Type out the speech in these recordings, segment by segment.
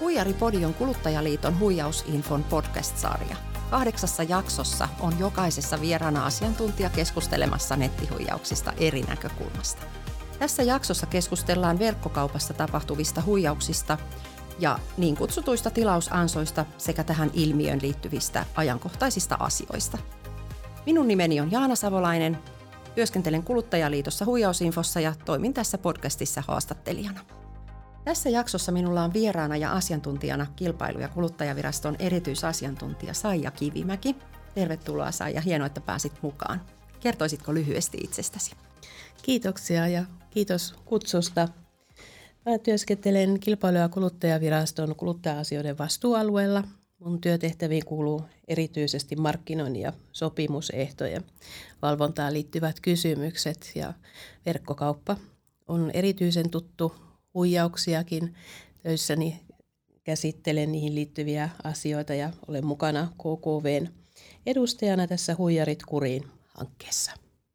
Huijaripodi on Kuluttajaliiton Huijausinfon podcast-sarja. 8 jaksossa on jokaisessa vieraana asiantuntija keskustelemassa nettihuijauksista eri näkökulmasta. Tässä jaksossa keskustellaan verkkokaupassa tapahtuvista huijauksista ja niin kutsutuista tilausansoista sekä tähän ilmiöön liittyvistä ajankohtaisista asioista. Minun nimeni on Jaana Savolainen, työskentelen Kuluttajaliitossa Huijausinfossa ja toimin tässä podcastissa haastattelijana. Tässä jaksossa minulla on vieraana ja asiantuntijana Kilpailu- ja kuluttajaviraston erityisasiantuntija Saija Kivimäki. Tervetuloa Saija, hienoa, että pääsit mukaan. Kertoisitko lyhyesti itsestäsi? Kiitoksia ja kiitos kutsusta. Mä työskentelen Kilpailu- ja kuluttajaviraston kuluttaja-asioiden vastuualueella. Mun työtehtäviin kuuluu erityisesti markkinoinnin ja sopimusehtojen valvontaan liittyvät kysymykset ja verkkokauppa on erityisen tuttu. Huijauksiakin töissäni käsittelen niihin liittyviä asioita ja olen mukana KKV:n edustajana tässä Huijarit kuriin -hankkeessa.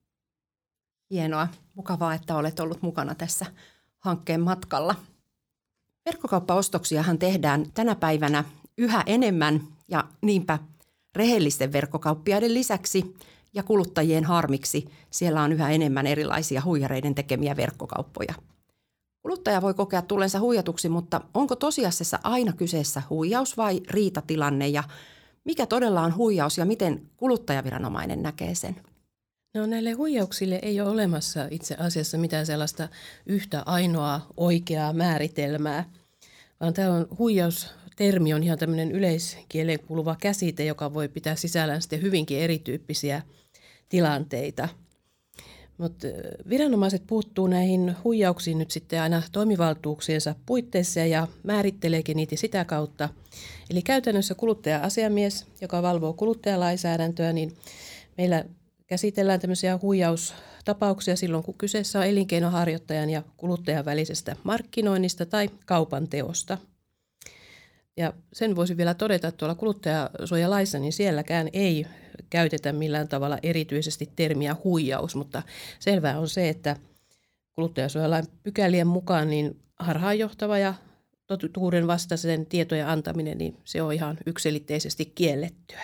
Hienoa, mukavaa, että olet ollut mukana tässä hankkeen matkalla. Verkkokauppaostoksiahan tehdään tänä päivänä yhä enemmän ja niinpä rehellisten verkkokauppiaiden lisäksi ja kuluttajien harmiksi siellä on yhä enemmän erilaisia huijareiden tekemiä verkkokauppoja. Kuluttaja voi kokea tulleensa huijatuksi, mutta onko tosiasiassa aina kyseessä huijaus vai riitatilanne ja mikä todella on huijaus ja miten kuluttajaviranomainen näkee sen? No, näille huijauksille ei ole olemassa itse asiassa mitään sellaista yhtä ainoaa oikeaa määritelmää, vaan tämä huijaustermi on ihan tämmöinen yleiskieleen kuuluva käsite, joka voi pitää sisällään sitten hyvinkin erityyppisiä tilanteita. Mutta viranomaiset puuttuu näihin huijauksiin nyt sitten aina toimivaltuuksiensa puitteissa ja määritteleekin niitä sitä kautta. Eli käytännössä kuluttaja-asiamies, joka valvoo kuluttajalainsäädäntöä, niin meillä käsitellään tämmöisiä huijaustapauksia silloin, kun kyseessä on elinkeinoharjoittajan ja kuluttajan välisestä markkinoinnista tai kaupan teosta. Ja sen voisi vielä todeta, että tuolla kuluttajasuojalaissa, niin sielläkään ei käytetä millään tavalla erityisesti termiä huijaus, mutta selvää on se, että kuluttajasuojalain pykälien mukaan niin harhaanjohtava ja totuuden vastaisen tietojen antaminen, niin se on ihan yksiselitteisesti kiellettyä.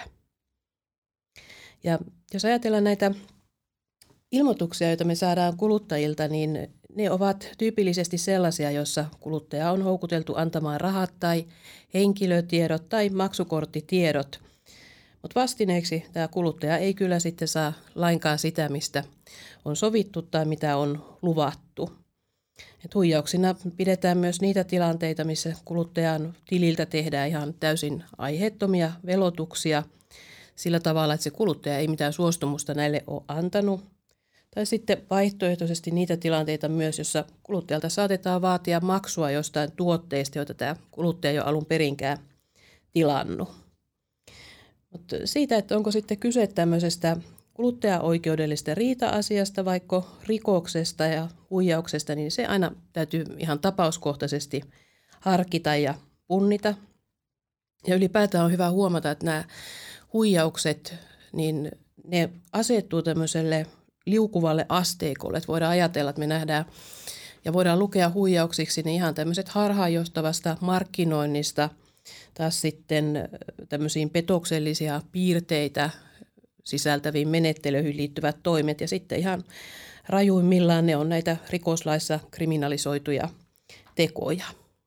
Ja jos ajatellaan näitä ilmoituksia, joita me saadaan kuluttajilta, niin ne ovat tyypillisesti sellaisia, joissa kuluttaja on houkuteltu antamaan rahat tai henkilötiedot tai maksukorttitiedot. Mutta vastineeksi tämä kuluttaja ei kyllä sitten saa lainkaan sitä, mistä on sovittu tai mitä on luvattu. Et huijauksina pidetään myös niitä tilanteita, missä kuluttajan tililtä tehdään ihan täysin aiheettomia velotuksia sillä tavalla, että se kuluttaja ei mitään suostumusta näille ole antanut. Tai sitten vaihtoehtoisesti niitä tilanteita myös, jossa kuluttajalta saatetaan vaatia maksua jostain tuotteista, joita tämä kuluttaja ei ole alun perinkään tilannut. Mutta siitä, että onko sitten kyse tämmöisestä kuluttajaoikeudellisesta riita-asiasta vaikka rikoksesta ja huijauksesta, niin se aina täytyy ihan tapauskohtaisesti harkita ja punnita. Ja ylipäätään on hyvä huomata, että nämä huijaukset, niin ne asettuu tämmöiselle liukuvalle asteikolle, että voidaan ajatella, että me nähdään ja voidaan lukea huijauksiksi niin ihan tämmöiset harhaanjohtavasta markkinoinnista, taas sitten tämmöisiin petoksellisia piirteitä sisältäviin menettelyihin liittyvät toimet ja sitten ihan rajuimmillaan ne on näitä rikoslaissa kriminalisoituja tekoja.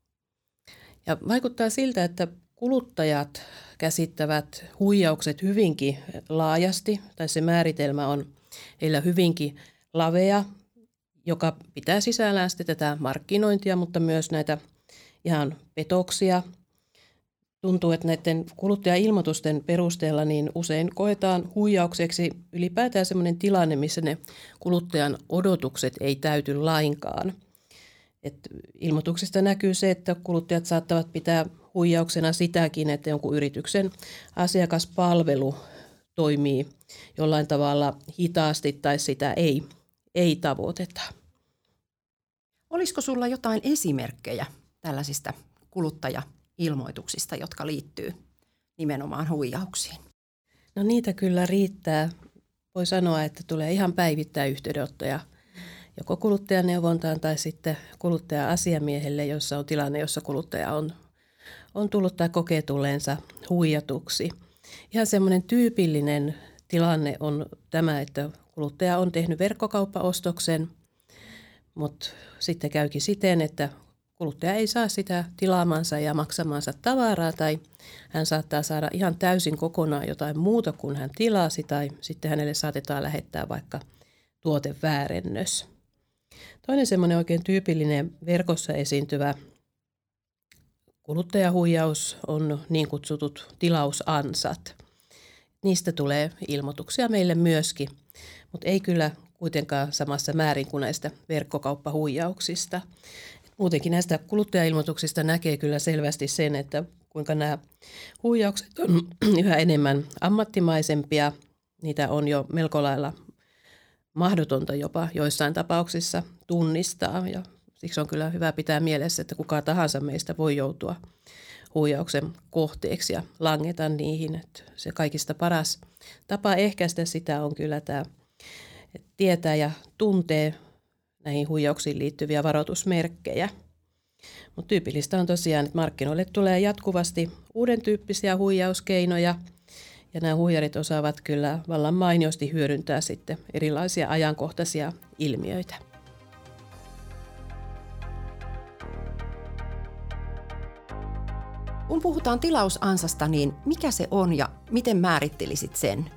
Ja vaikuttaa siltä, että kuluttajat käsittävät huijaukset hyvinkin laajasti, tai se määritelmä on heillä hyvinkin lavea, joka pitää sisällään sitten tätä markkinointia, mutta myös näitä ihan petoksia. Tuntuu, että näiden kuluttajailmoitusten perusteella niin usein koetaan huijaukseksi ylipäätään sellainen tilanne, missä ne kuluttajan odotukset ei täyty lainkaan. Et ilmoituksista näkyy se, että kuluttajat saattavat pitää huijauksena sitäkin, että jonkun yrityksen asiakaspalvelu toimii jollain tavalla hitaasti tai sitä ei tavoiteta. Olisiko sulla jotain esimerkkejä tällaisista kuluttajailmoituksista, jotka liittyy nimenomaan huijauksiin? No niitä kyllä riittää. Voi sanoa, että tulee ihan päivittäin yhteydenottoja joko kuluttajaneuvontaan tai sitten kuluttaja-asiamiehelle, jossa on tilanne, jossa kuluttaja on on tullut tai kokee tulleensa huijatuksi. Ihan semmoinen tyypillinen tilanne on tämä, että kuluttaja on tehnyt verkkokauppaostoksen, mutta sitten käykin siten, että kuluttaja ei saa sitä tilaamansa ja maksamansa tavaraa tai hän saattaa saada ihan täysin kokonaan jotain muuta kuin hän tilasi tai sitten hänelle saatetaan lähettää vaikka tuoteväärennös. Toinen semmoinen oikein tyypillinen verkossa esiintyvä kuluttajahuijaus on niin kutsutut tilausansat. Niistä tulee ilmoituksia meille myöskin, mutta ei kyllä kuitenkaan samassa määrin kuin näistä verkkokauppahuijauksista. Muutenkin näistä kuluttajailmoituksista näkee kyllä selvästi sen, että kuinka nämä huijaukset on yhä enemmän ammattimaisempia. Niitä on jo melko lailla mahdotonta jopa joissain tapauksissa tunnistaa. Ja siksi on kyllä hyvä pitää mielessä, että kuka tahansa meistä voi joutua huijauksen kohteeksi ja langeta niihin. Että se kaikista paras tapa ehkäistä sitä on kyllä tämä, että tietää ja tuntee näihin huijauksiin liittyviä varoitusmerkkejä. Mutta tyypillistä on tosiaan, että markkinoille tulee jatkuvasti uuden tyyppisiä huijauskeinoja ja nämä huijarit osaavat kyllä vallan mainiosti hyödyntää sitten erilaisia ajankohtaisia ilmiöitä. Kun puhutaan tilausansasta, niin mikä se on ja miten määrittelisit sen?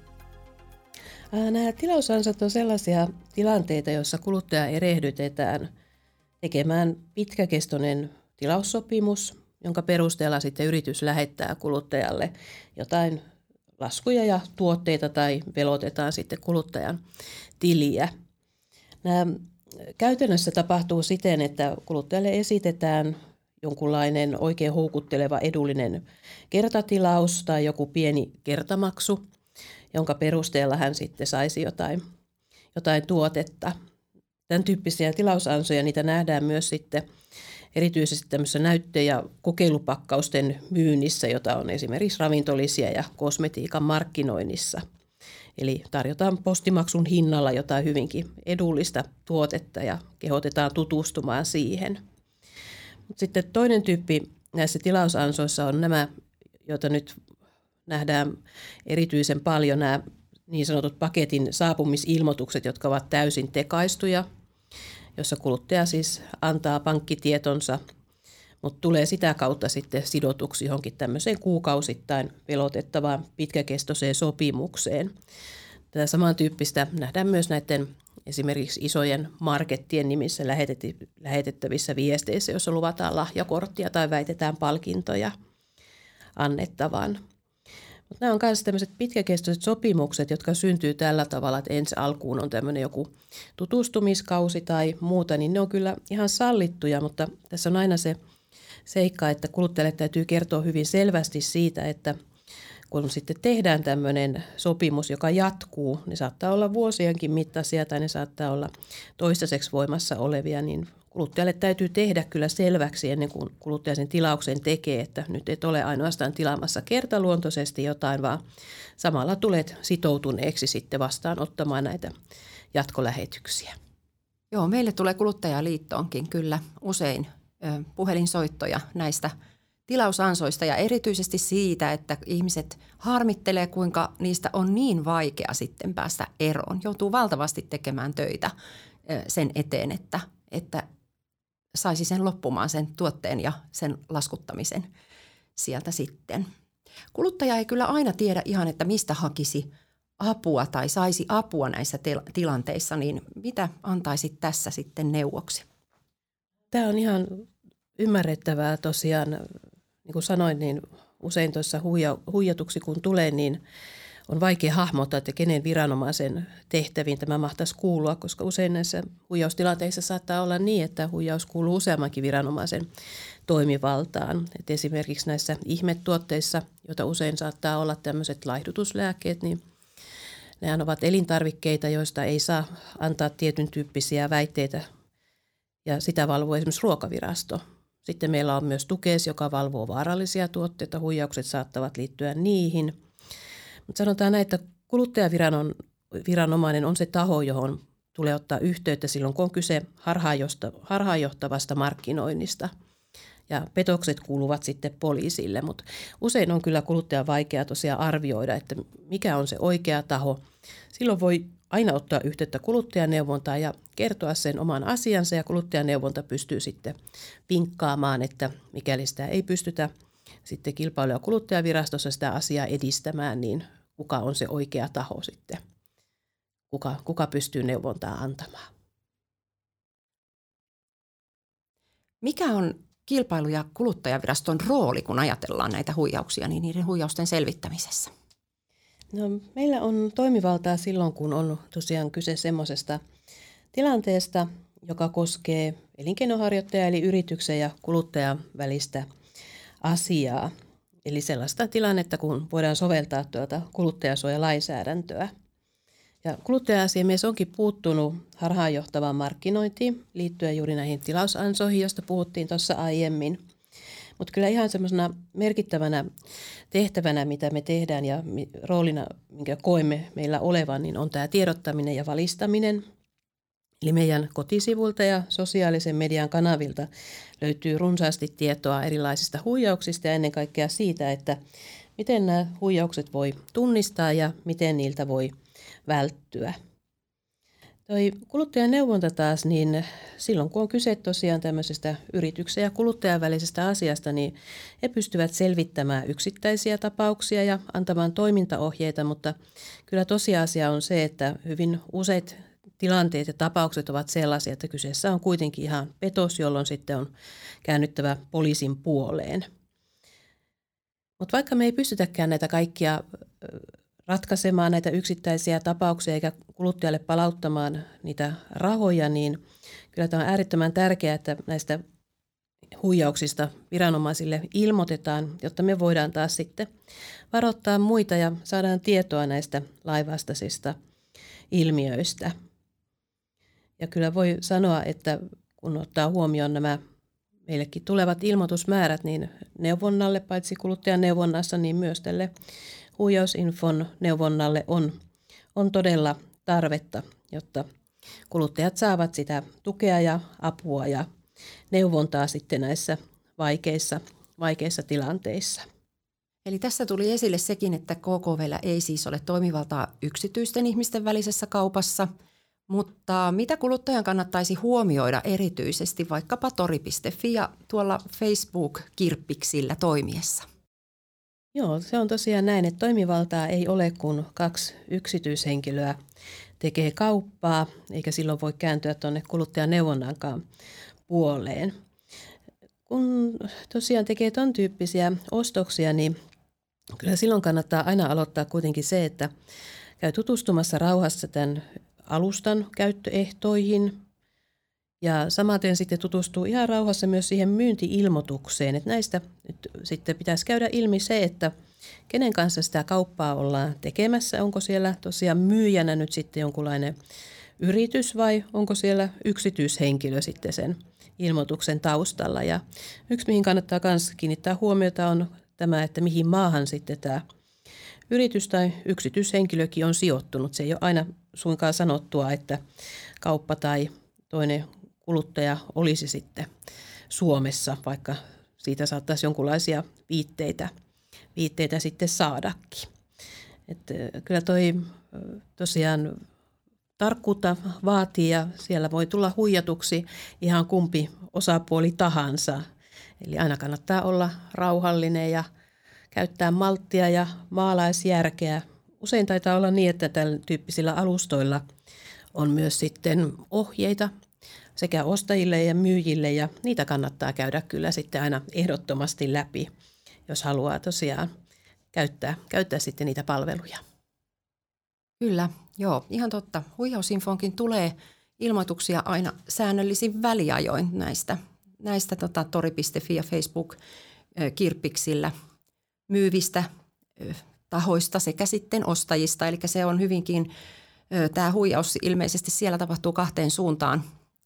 Nämä tilausansat on sellaisia tilanteita, joissa kuluttaja erehdytetään tekemään pitkäkestoinen tilaussopimus, jonka perusteella sitten yritys lähettää kuluttajalle jotain laskuja ja tuotteita tai velotetaan sitten kuluttajan tiliä. Nämä käytännössä tapahtuu siten, että kuluttajalle esitetään jonkunlainen oikein houkutteleva edullinen kertatilaus tai joku pieni kertamaksu, jonka perusteella hän sitten saisi jotain tuotetta. Tämän tyyppisiä tilausansoja, niitä nähdään myös sitten erityisesti tämmöisessä näyttö- ja kokeilupakkausten myynnissä, jota on esimerkiksi ravintolisia ja kosmetiikan markkinoinnissa. Eli tarjotaan postimaksun hinnalla jotain hyvinkin edullista tuotetta ja kehotetaan tutustumaan siihen. Mut sitten toinen tyyppi näissä tilausansoissa on nämä, joita nyt nähdään erityisen paljon, nämä niin sanotut paketin saapumisilmoitukset, jotka ovat täysin tekaistuja, jossa kuluttaja siis antaa pankkitietonsa, mutta tulee sitä kautta sitten sidotuksi johonkin tämmöiseen kuukausittain velotettavaan pitkäkestoiseen sopimukseen. Tätä samantyyppistä nähdään myös näiden esimerkiksi isojen markettien nimissä lähetettävissä viesteissä, joissa luvataan lahjakorttia tai väitetään palkintoja annettavan. Mutta nämä on myös tämmöiset pitkäkestoiset sopimukset, jotka syntyy tällä tavalla, että ensi alkuun on tämmöinen joku tutustumiskausi tai muuta, niin ne on kyllä ihan sallittuja, mutta tässä on aina se seikka, että kuluttajalle täytyy kertoa hyvin selvästi siitä, että kun sitten tehdään tämmöinen sopimus, joka jatkuu, ne saattaa olla vuosienkin mittaisia tai ne saattaa olla toistaiseksi voimassa olevia, niin kuluttajalle täytyy tehdä kyllä selväksi ennen kuin kuluttaja sen tilauksen tekee, että nyt et ole ainoastaan tilaamassa kertaluontoisesti jotain, vaan samalla tulet sitoutuneeksi sitten vastaanottamaan näitä jatkolähetyksiä. Joo, meille tulee Kuluttajaliittoonkin kyllä usein puhelinsoittoja näistä tilausansoista ja erityisesti siitä, että ihmiset harmittelee, kuinka niistä on niin vaikea sitten päästä eroon. Joutuu valtavasti tekemään töitä sen eteen, että saisi sen loppumaan sen tuotteen ja sen laskuttamisen sieltä sitten. Kuluttaja ei kyllä aina tiedä ihan, että mistä hakisi apua tai saisi apua näissä tilanteissa, niin mitä antaisit tässä sitten neuvoksi? Tämä on ihan ymmärrettävää tosiaan. Niin kuin sanoin, niin usein tuossa huijatuksi kun tulee, niin on vaikea hahmottaa, että kenen viranomaisen tehtäviin tämä mahtaisi kuulua, koska usein näissä huijaustilanteissa saattaa olla niin, että huijaus kuuluu useammankin viranomaisen toimivaltaan. Et esimerkiksi näissä ihmetuotteissa, joita usein saattaa olla tämmöiset laihdutuslääkkeet, niin nehän ovat elintarvikkeita, joista ei saa antaa tietyn tyyppisiä väitteitä ja sitä valvoo esimerkiksi Ruokavirasto. Sitten meillä on myös Tukes, joka valvoo vaarallisia tuotteita. Huijaukset saattavat liittyä niihin. Mutta sanotaan näin, että kuluttajaviranomainen on se taho, johon tulee ottaa yhteyttä silloin, kun on kyse harhaanjohtavasta markkinoinnista. ja petokset kuuluvat sitten poliisille, mutta usein on kyllä kuluttajan vaikea tosiaan arvioida, että mikä on se oikea taho. Silloin voi aina ottaa yhteyttä kuluttajaneuvontaan ja kertoa sen oman asiansa ja kuluttajaneuvonta pystyy sitten vinkkaamaan, että mikäli sitä ei pystytä sitten Kilpailu- ja kuluttajavirastossa sitä asiaa edistämään, niin kuka on se oikea taho sitten, kuka pystyy neuvontaa antamaan. Mikä on Kilpailu- ja kuluttajaviraston rooli, kun ajatellaan näitä huijauksia, niin niiden huijausten selvittämisessä? No, meillä on toimivaltaa silloin, kun on tosiaan kyse semmoisesta tilanteesta, joka koskee elinkeinoharjoittaja eli yrityksen ja kuluttajan välistä asiaa. Eli sellaista tilannetta, kun voidaan soveltaa kuluttajasuojalainsäädäntöä. Ja kuluttaja-asiamies onkin puuttunut harhaanjohtavaan markkinointiin liittyen juuri näihin tilausansoihin, joista puhuttiin tuossa aiemmin. Mutta kyllä ihan semmoisena merkittävänä tehtävänä, mitä me tehdään ja roolina, minkä koemme meillä olevan, niin on tämä tiedottaminen ja valistaminen. Eli meidän kotisivulta ja sosiaalisen median kanavilta löytyy runsaasti tietoa erilaisista huijauksista ja ennen kaikkea siitä, että miten nämä huijaukset voi tunnistaa ja miten niiltä voi välttyä. Toi kuluttajan neuvonta taas, niin silloin kun on kyse tosiaan tämmöisestä yrityksen ja kuluttajan välisestä asiasta, niin he pystyvät selvittämään yksittäisiä tapauksia ja antamaan toimintaohjeita, mutta kyllä tosiasia on se, että hyvin useat tilanteet ja tapaukset ovat sellaisia, että kyseessä on kuitenkin ihan petos, jolloin sitten on käännyttävä poliisin puoleen. Mutta vaikka me ei pystytäkään näitä kaikkia ratkaisemaan näitä yksittäisiä tapauksia eikä kuluttajalle palauttamaan niitä rahoja, niin kyllä tämä on äärettömän tärkeää, että näistä huijauksista viranomaisille ilmoitetaan, jotta me voidaan taas sitten varoittaa muita ja saadaan tietoa näistä lainvastaisista ilmiöistä. Ja kyllä voi sanoa, että kun ottaa huomioon nämä meillekin tulevat ilmoitusmäärät, niin neuvonnalle, paitsi kuluttajan neuvonnassa, niin myös tälle huijausinfon neuvonnalle on todella tarvetta, jotta kuluttajat saavat sitä tukea ja apua ja neuvontaa sitten näissä vaikeissa tilanteissa. Eli tässä tuli esille sekin, että KKV:llä ei siis ole toimivaltaa yksityisten ihmisten välisessä kaupassa, mutta mitä kuluttajan kannattaisi huomioida erityisesti vaikkapa tori.fi ja tuolla Facebook-kirppiksillä toimiessa? Joo, se on tosiaan näin, että toimivaltaa ei ole, kun 2 yksityishenkilöä tekee kauppaa, eikä silloin voi kääntyä tuonne kuluttajan neuvonnankaan puoleen. Kun tosiaan tekee ton tyyppisiä ostoksia, niin kyllä silloin kannattaa aina aloittaa kuitenkin se, että käy tutustumassa rauhassa tämän alustan käyttöehtoihin ja samaten sitten tutustuu ihan rauhassa myös siihen myynti-ilmoitukseen. Että näistä nyt sitten pitäisi käydä ilmi se, että kenen kanssa sitä kauppaa ollaan tekemässä. Onko siellä tosiaan myyjänä nyt sitten jonkunlainen yritys vai onko siellä yksityishenkilö sitten sen ilmoituksen taustalla. Ja yksi, mihin kannattaa myös kiinnittää huomiota, on tämä, että mihin maahan sitten tämä yritys tai yksityishenkilökin on sijoittunut. Se ei ole aina suinkaan sanottua, että kauppa tai toinen kuluttaja olisi sitten Suomessa, vaikka siitä saattaisi jonkinlaisia viitteitä sitten saadakin. Että kyllä toi tosiaan tarkkuutta vaatii ja siellä voi tulla huijatuksi ihan kumpi osapuoli tahansa. Eli aina kannattaa olla rauhallinen ja käyttää malttia ja maalaisjärkeä. Usein taitaa olla niin, että tällä tyyppisillä alustoilla on myös sitten ohjeita sekä ostajille ja myyjille ja niitä kannattaa käydä kyllä sitten aina ehdottomasti läpi, jos haluaa tosiaan käyttää sitten niitä palveluja. Kyllä, joo, ihan totta. Huijausinfoonkin tulee ilmoituksia aina säännöllisin väliajoin näistä tori.fi ja Facebook-kirppiksillä myyvistä tahoista sekä sitten ostajista. Eli se on hyvinkin, tämä huijaus ilmeisesti siellä tapahtuu 2 suuntaan,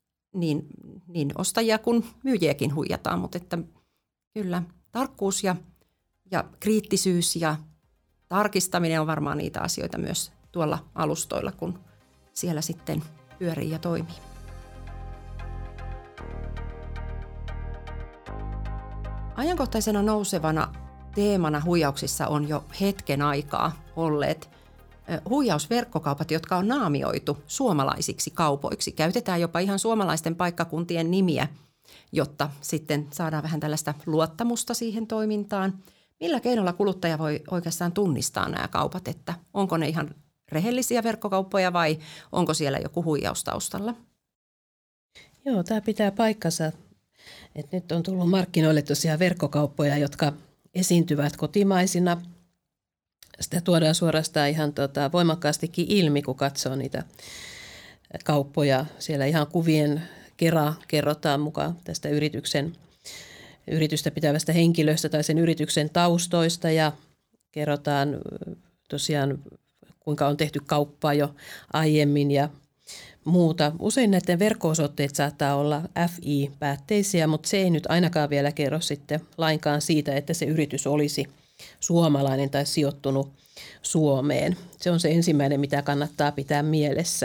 niin ostajia kuin myyjiäkin huijataan, mutta että kyllä tarkkuus ja kriittisyys ja tarkistaminen on varmaan niitä asioita myös tuolla alustoilla, kun siellä sitten pyörii ja toimii. Ajankohtaisena nousevana teemana huijauksissa on jo hetken aikaa olleet huijausverkkokaupat, jotka on naamioitu suomalaisiksi kaupoiksi. Käytetään jopa ihan suomalaisten paikkakuntien nimiä, jotta sitten saadaan vähän tällaista luottamusta siihen toimintaan. Millä keinolla kuluttaja voi oikeastaan tunnistaa nämä kaupat, että onko ne ihan rehellisiä verkkokauppoja vai onko siellä joku huijaus taustalla? Joo, tämä pitää paikkansa. Et nyt on tullut markkinoille tosiaan verkkokauppoja, jotka esiintyvät kotimaisina. Sitä tuodaan suorastaan ihan voimakkaastikin ilmi, kun katsoo niitä kauppoja. Siellä ihan kuvien kera kerrotaan mukaan tästä yritystä pitävästä henkilöstä tai sen yrityksen taustoista ja kerrotaan tosiaan, kuinka on tehty kauppaa jo aiemmin ja muuta. Usein näiden verkko-osoitteet saattaa olla FI-päätteisiä, mutta se ei nyt ainakaan vielä kerro sitten lainkaan siitä, että se yritys olisi suomalainen tai sijoittunut Suomeen. Se on se ensimmäinen, mitä kannattaa pitää mielessä.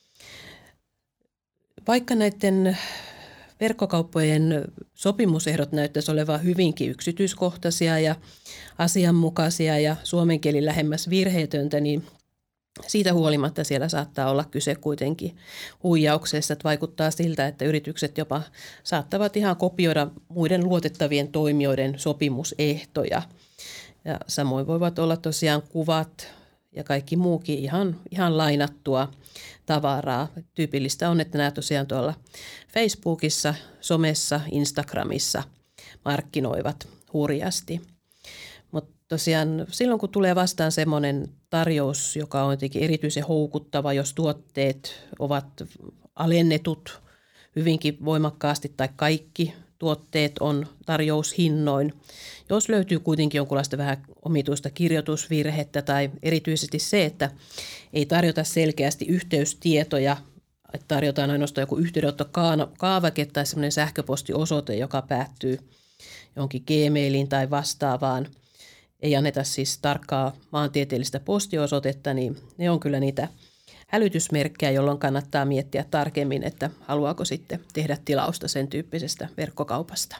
Vaikka näiden verkkokauppojen sopimusehdot näyttäisi olevan hyvinkin yksityiskohtaisia ja asianmukaisia ja suomen kieli lähemmäs virheetöntä, niin siitä huolimatta siellä saattaa olla kyse kuitenkin huijauksesta. Että vaikuttaa siltä, että yritykset jopa saattavat ihan kopioida muiden luotettavien toimijoiden sopimusehtoja. Ja samoin voivat olla tosiaan kuvat ja kaikki muukin ihan lainattua tavaraa. Tyypillistä on, että nämä tosiaan tuolla Facebookissa, somessa, Instagramissa markkinoivat hurjasti. Mutta tosiaan silloin, kun tulee vastaan semmoinen tarjous, joka on jotenkin erityisen houkuttava, jos tuotteet ovat alennetut hyvinkin voimakkaasti tai kaikki tuotteet on tarjoushinnoin. Jos löytyy kuitenkin jonkunlaista vähän omituista kirjoitusvirhettä tai erityisesti se, että ei tarjota selkeästi yhteystietoja, että tarjotaan ainoastaan joku yhteydenottokaavake tai semmoinen sähköpostiosoite, joka päättyy johonkin Gmailiin tai vastaavaan, ei anneta siis tarkkaa maantieteellistä postiosoitetta, niin ne on kyllä niitä hälytysmerkkejä, jolloin kannattaa miettiä tarkemmin, että haluaako sitten tehdä tilausta sen tyyppisestä verkkokaupasta.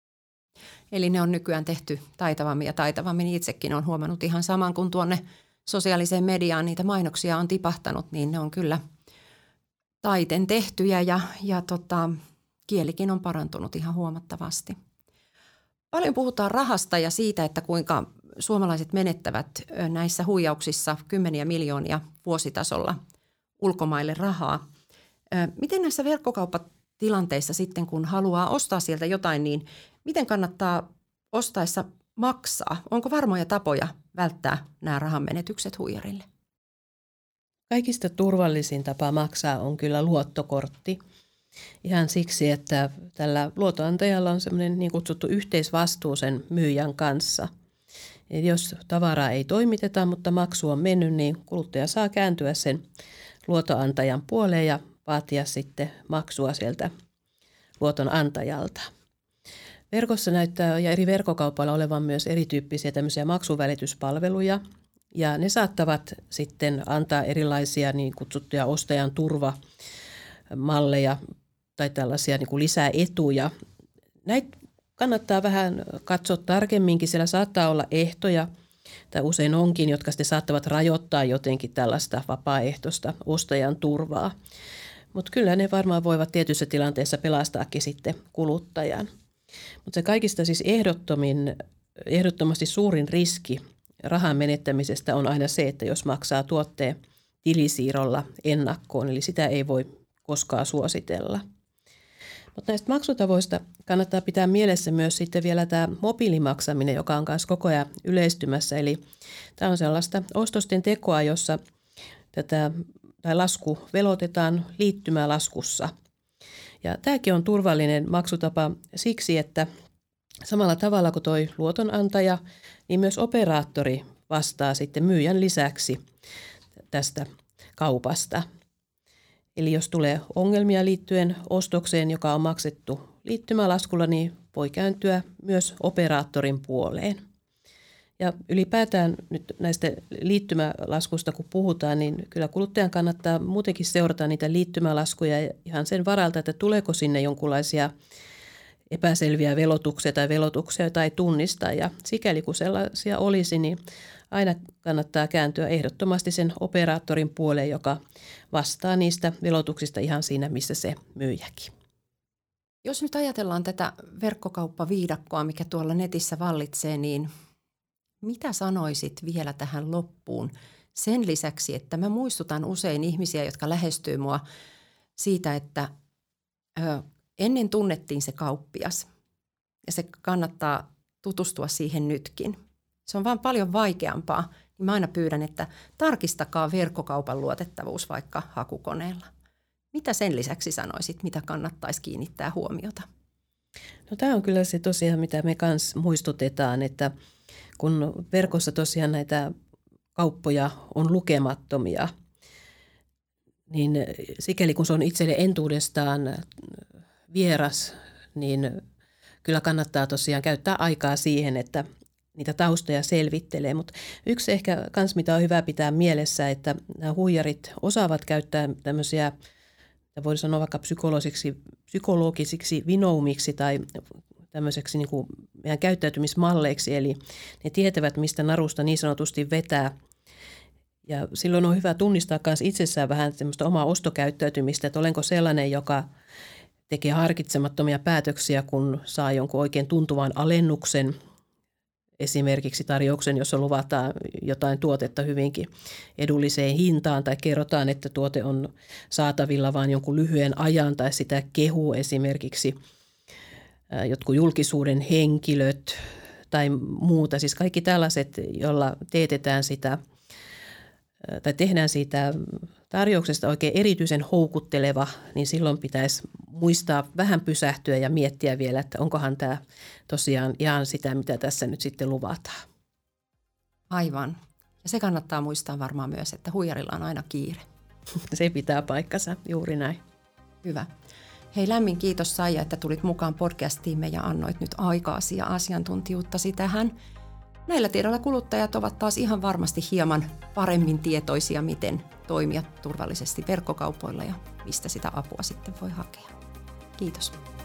Eli ne on nykyään tehty taitavammin ja taitavammin. Itsekin olen huomannut ihan saman, kun tuonne sosiaaliseen mediaan niitä mainoksia on tipahtanut, niin ne on kyllä taiten tehtyjä ja kielikin on parantunut ihan huomattavasti. Paljon puhutaan rahasta ja siitä, että kuinka suomalaiset menettävät näissä huijauksissa kymmeniä miljoonia vuositasolla ulkomaille rahaa. Miten näissä verkkokauppatilanteissa sitten, kun haluaa ostaa sieltä jotain, niin miten kannattaa ostaessa maksaa? Onko varmoja tapoja välttää nämä rahanmenetykset huijarille? Kaikista turvallisin tapa maksaa on kyllä luottokortti. Ihan siksi, että tällä luotonantajalla on semmoinen niin kutsuttu yhteisvastuu sen myyjän kanssa. Eli jos tavaraa ei toimiteta, mutta maksu on mennyt, niin kuluttaja saa kääntyä sen luotonantajan puoleen ja vaatia sitten maksua sieltä luotonantajalta. Verkossa näyttää ja eri verkkokaupalla olevan myös erityyppisiä tämmöisiä maksuvälityspalveluja. Ja ne saattavat sitten antaa erilaisia niin kutsuttuja ostajan turvamalleja tai tällaisia niin kuin lisäetuja. Näitä kannattaa vähän katsoa tarkemminkin. Siellä saattaa olla ehtoja, tai usein onkin, jotka sitten saattavat rajoittaa jotenkin tällaista vapaaehtoista ostajan turvaa. Mutta kyllä ne varmaan voivat tietyissä tilanteissa pelastaakin sitten kuluttajan. Mutta se kaikista siis ehdottomasti suurin riski rahan menettämisestä on aina se, että jos maksaa tuotteen tilisiirrolla ennakkoon, eli sitä ei voi koskaan suositella. Mutta näistä maksutavoista kannattaa pitää mielessä myös sitten vielä tämä mobiilimaksaminen, joka on myös koko ajan yleistymässä. Eli tämä on sellaista ostosten tekoa, jossa lasku velotetaan liittymälaskussa. Ja tämäkin on turvallinen maksutapa siksi, että samalla tavalla kuin tuo luotonantaja, niin myös operaattori vastaa sitten myyjän lisäksi tästä kaupasta. Eli jos tulee ongelmia liittyen ostokseen, joka on maksettu liittymälaskulla, niin voi kääntyä myös operaattorin puoleen. Ja ylipäätään nyt näistä liittymälaskusta kun puhutaan, niin kyllä kuluttajan kannattaa muutenkin seurata niitä liittymälaskuja ihan sen varalta, että tuleeko sinne jonkinlaisia epäselviä velotuksia tai velotuksia, joita ei tunnista. Ja sikäli kun sellaisia olisi, niin aina kannattaa kääntyä ehdottomasti sen operaattorin puoleen, joka vastaa niistä velotuksista ihan siinä, missä se myyjäkin. Jos nyt ajatellaan tätä verkkokauppaviidakkoa, mikä tuolla netissä vallitsee, niin mitä sanoisit vielä tähän loppuun? Sen lisäksi, että mä muistutan usein ihmisiä, jotka lähestyy mua siitä, että ennen tunnettiin se kauppias ja se kannattaa tutustua siihen nytkin. Se on vaan paljon vaikeampaa. Mä aina pyydän, että tarkistakaa verkkokaupan luotettavuus vaikka hakukoneella. Mitä sen lisäksi sanoisit, mitä kannattaisi kiinnittää huomiota? No tämä on kyllä se tosiaan, mitä me kanssa muistutetaan, että kun verkossa tosiaan näitä kauppoja on lukemattomia, niin sikäli kun se on itselle entuudestaan vieras, niin kyllä kannattaa tosiaan käyttää aikaa siihen, että niitä taustoja selvittelee. Mutta yksi ehkä kans, mitä on hyvä pitää mielessä, että nämä huijarit osaavat käyttää tämmöisiä, voisi sanoa vaikka psykologisiksi vinoumiksi tai tämmöiseksi niin kuin meidän käyttäytymismalleiksi, eli ne tietävät, mistä narusta niin sanotusti vetää. Ja silloin on hyvä tunnistaa myös itsessään vähän semmoista omaa ostokäyttäytymistä, että olenko sellainen, joka tekee harkitsemattomia päätöksiä, kun saa jonkun oikein tuntuvan alennuksen, esimerkiksi tarjouksen, jossa luvataan jotain tuotetta hyvinkin edulliseen hintaan tai kerrotaan, että tuote on saatavilla vain jonkun lyhyen ajan tai sitä kehuu esimerkiksi jotkut julkisuuden henkilöt tai muuta. Siis kaikki tällaiset, joilla teetetään sitä tai tehdään siitä tarjouksesta oikein erityisen houkutteleva, niin silloin pitäisi muistaa vähän pysähtyä ja miettiä vielä, että onkohan tämä tosiaan ihan sitä, mitä tässä nyt sitten luvataan. Aivan. Ja se kannattaa muistaa varmaan myös, että huijarilla on aina kiire. Se pitää paikkansa, juuri näin. Hyvä. Hei, lämmin kiitos Saija, että tulit mukaan podcastiimme ja annoit nyt aikaasi ja asiantuntijuuttasi tähän. Näillä tiedoilla kuluttajat ovat taas ihan varmasti hieman paremmin tietoisia, miten toimia turvallisesti verkkokaupoilla ja mistä sitä apua sitten voi hakea. Kiitos.